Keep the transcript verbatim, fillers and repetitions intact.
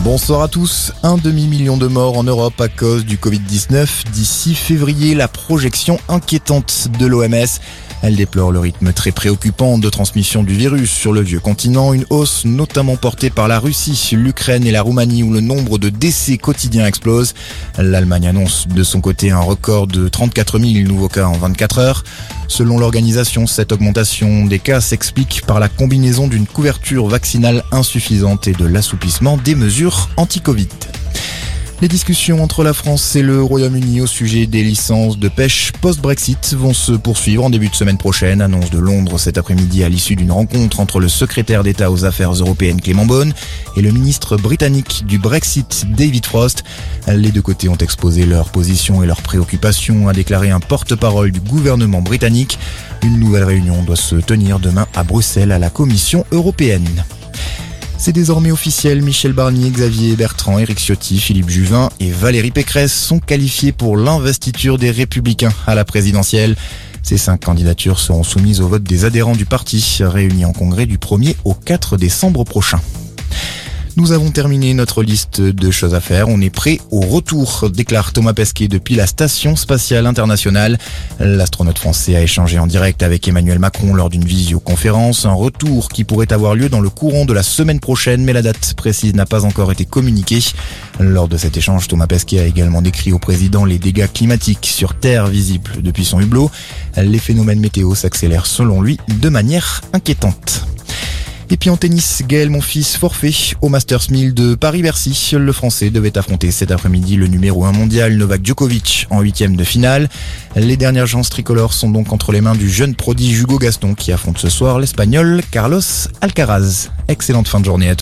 Bonsoir à tous. Un demi-million de morts en Europe à cause du covid dix-neuf. D'ici février, la projection inquiétante de l'O M S. Elle déplore le rythme très préoccupant de transmission du virus sur le vieux continent, une hausse notamment portée par la Russie, l'Ukraine et la Roumanie où le nombre de décès quotidiens explose. L'Allemagne annonce de son côté un record de trente-quatre mille nouveaux cas en vingt-quatre heures. Selon l'organisation, cette augmentation des cas s'explique par la combinaison d'une couverture vaccinale insuffisante et de l'assouplissement des mesures anti-Covid. Les discussions entre la France et le Royaume-Uni au sujet des licences de pêche post-Brexit vont se poursuivre en début de semaine prochaine. Annonce de Londres cet après-midi à l'issue d'une rencontre entre le secrétaire d'État aux Affaires européennes Clément Beaune et le ministre britannique du Brexit David Frost. Les deux côtés ont exposé leurs positions et leurs préoccupations, a déclaré un porte-parole du gouvernement britannique. Une nouvelle réunion doit se tenir demain à Bruxelles à la Commission européenne. C'est désormais officiel, Michel Barnier, Xavier Bertrand, Éric Ciotti, Philippe Juvin et Valérie Pécresse sont qualifiés pour l'investiture des Républicains à la présidentielle. Ces cinq candidatures seront soumises au vote des adhérents du parti, réunis en congrès du premier au quatre décembre prochain. Nous avons terminé notre liste de choses à faire. On est prêt au retour, déclare Thomas Pesquet depuis la Station Spatiale Internationale. L'astronaute français a échangé en direct avec Emmanuel Macron lors d'une visioconférence. Un retour qui pourrait avoir lieu dans le courant de la semaine prochaine, mais la date précise n'a pas encore été communiquée. Lors de cet échange, Thomas Pesquet a également décrit au président les dégâts climatiques sur Terre visibles depuis son hublot. Les phénomènes météo s'accélèrent selon lui de manière inquiétante. Et puis en tennis, Gaël Monfils forfait au Masters mille de Paris-Bercy. Le Français devait affronter cet après-midi le numéro un mondial Novak Djokovic en huitième de finale. Les dernières chances tricolores sont donc entre les mains du jeune prodige Hugo Gaston qui affronte ce soir l'Espagnol Carlos Alcaraz. Excellente fin de journée à tous.